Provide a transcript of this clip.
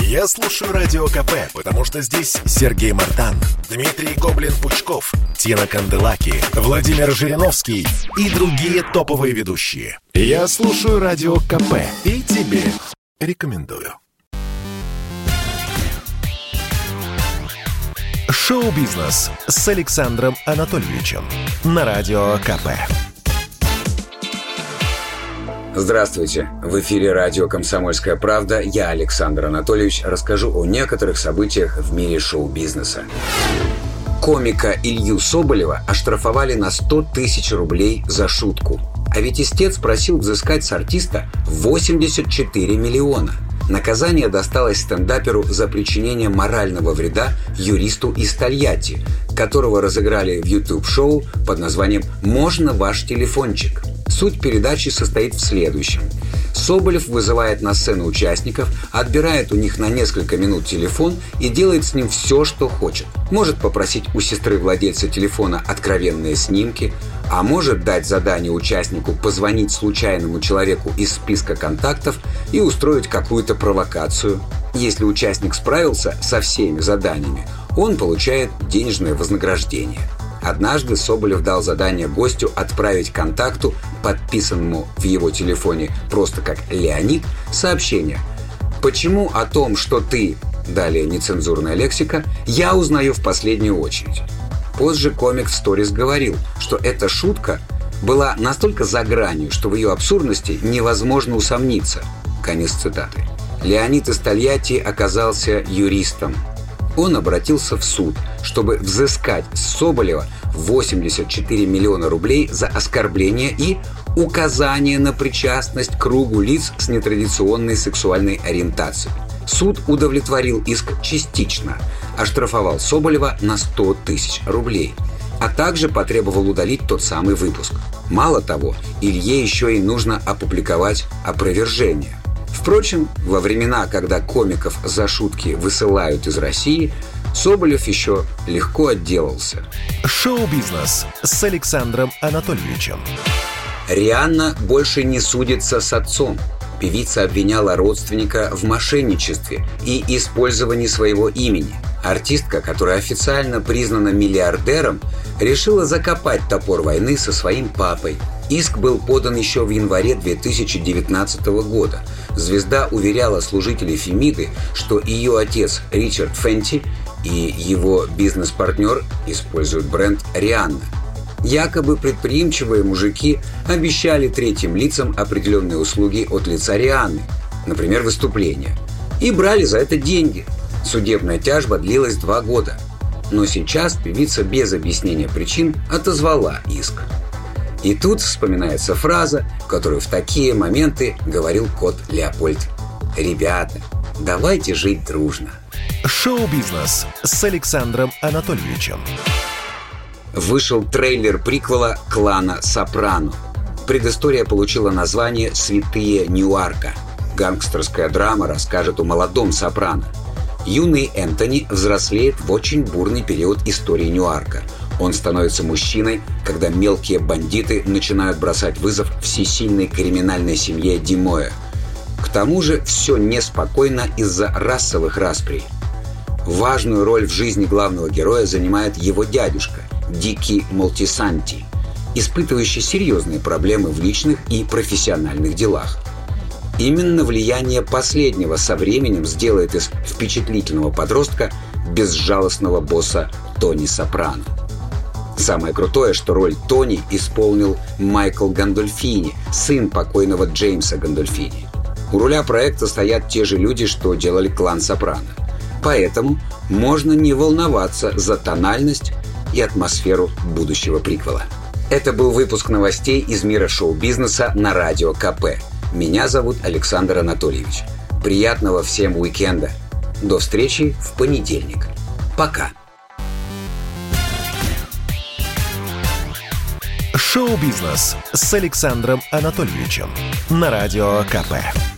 Я слушаю Радио КП, потому что здесь Сергей Мартан, Дмитрий Гоблин-Пучков, Тина Канделаки, Владимир Жириновский и другие топовые ведущие. Я слушаю Радио КП и тебе рекомендую. Шоу-бизнес с Александром Анатольевичем на Радио КП. Здравствуйте! В эфире радио «Комсомольская правда». Я, Александр Анатольевич, расскажу о некоторых событиях в мире шоу-бизнеса. Комика Илью Соболева оштрафовали на 100 тысяч рублей за шутку. А ведь истец просил взыскать с артиста 84 миллиона. Наказание досталось стендаперу за причинение морального вреда юристу из Тольятти, которого разыграли в YouTube-шоу под названием «Можно ваш телефончик?». Суть передачи состоит в следующем. Соболев вызывает на сцену участников, отбирает у них на несколько минут телефон и делает с ним все, что хочет. Может попросить у сестры владельца телефона откровенные снимки, а может дать задание участнику позвонить случайному человеку из списка контактов и устроить какую-то провокацию. Если участник справился со всеми заданиями, он получает денежное вознаграждение. Однажды Соболев дал задание гостю отправить контакту, подписанному в его телефоне просто как Леонид, сообщение: «Почему о том, что ты...» Далее нецензурная лексика «я узнаю в последнюю очередь». Позже комик в сторис говорил, что эта шутка была настолько за гранью, что в ее абсурдности невозможно усомниться. Конец цитаты. Леонид из Тольятти оказался юристом. Он обратился в суд, чтобы взыскать с Соболева 84 миллиона рублей за оскорбление и указание на причастность к кругу лиц с нетрадиционной сексуальной ориентацией. Суд удовлетворил иск частично, оштрафовал Соболева на 100 тысяч рублей, а также потребовал удалить тот самый выпуск. Мало того, Илье еще и нужно опубликовать опровержение. Впрочем, во времена, когда комиков за шутки высылают из России, Соболев еще легко отделался. Шоу-бизнес с Александром Анатольевичем. Рианна больше не судится с отцом. Певица обвиняла родственника в мошенничестве и использовании своего имени. Артистка, которая официально признана миллиардером, решила закопать топор войны со своим папой. Иск был подан еще в январе 2019 года. Звезда уверяла служителей Фемиды, что ее отец Ричард Фенти и его бизнес-партнер используют бренд Рианна. Якобы предприимчивые мужики обещали третьим лицам определенные услуги от лица Рианны, например, выступления, и брали за это деньги. Судебная тяжба длилась 2 года. Но сейчас певица без объяснения причин отозвала иск. И тут вспоминается фраза, которую в такие моменты говорил кот Леопольд: «Ребята, давайте жить дружно». Шоу-бизнес с Александром Анатольевичем. Вышел трейлер приквела «Клана Сопрано». Предыстория получила название «Святые Ньюарка». Гангстерская драма расскажет о молодом Сопрано. Юный Энтони взрослеет в очень бурный период истории Ньюарка. Он становится мужчиной, когда мелкие бандиты начинают бросать вызов всесильной криминальной семье Димоя. К тому же все неспокойно из-за расовых расприй. Важную роль в жизни главного героя занимает его дядюшка Дики Молтисанти, испытывающий серьезные проблемы в личных и профессиональных делах. Именно влияние последнего со временем сделает из впечатлительного подростка безжалостного босса Тони Сопрано. Самое крутое, что роль Тони исполнил Майкл Гандольфини, сын покойного Джеймса Гандольфини. У руля проекта стоят те же люди, что делали «Клан Сопрано». Поэтому можно не волноваться за тональность и атмосферу будущего приквела. Это был выпуск новостей из мира шоу-бизнеса на Радио КП. Меня зовут Александр Анатольевич. Приятного всем уикенда. До встречи в понедельник. Пока. Шоу-бизнес с Александром Анатольевичем на Радио КП.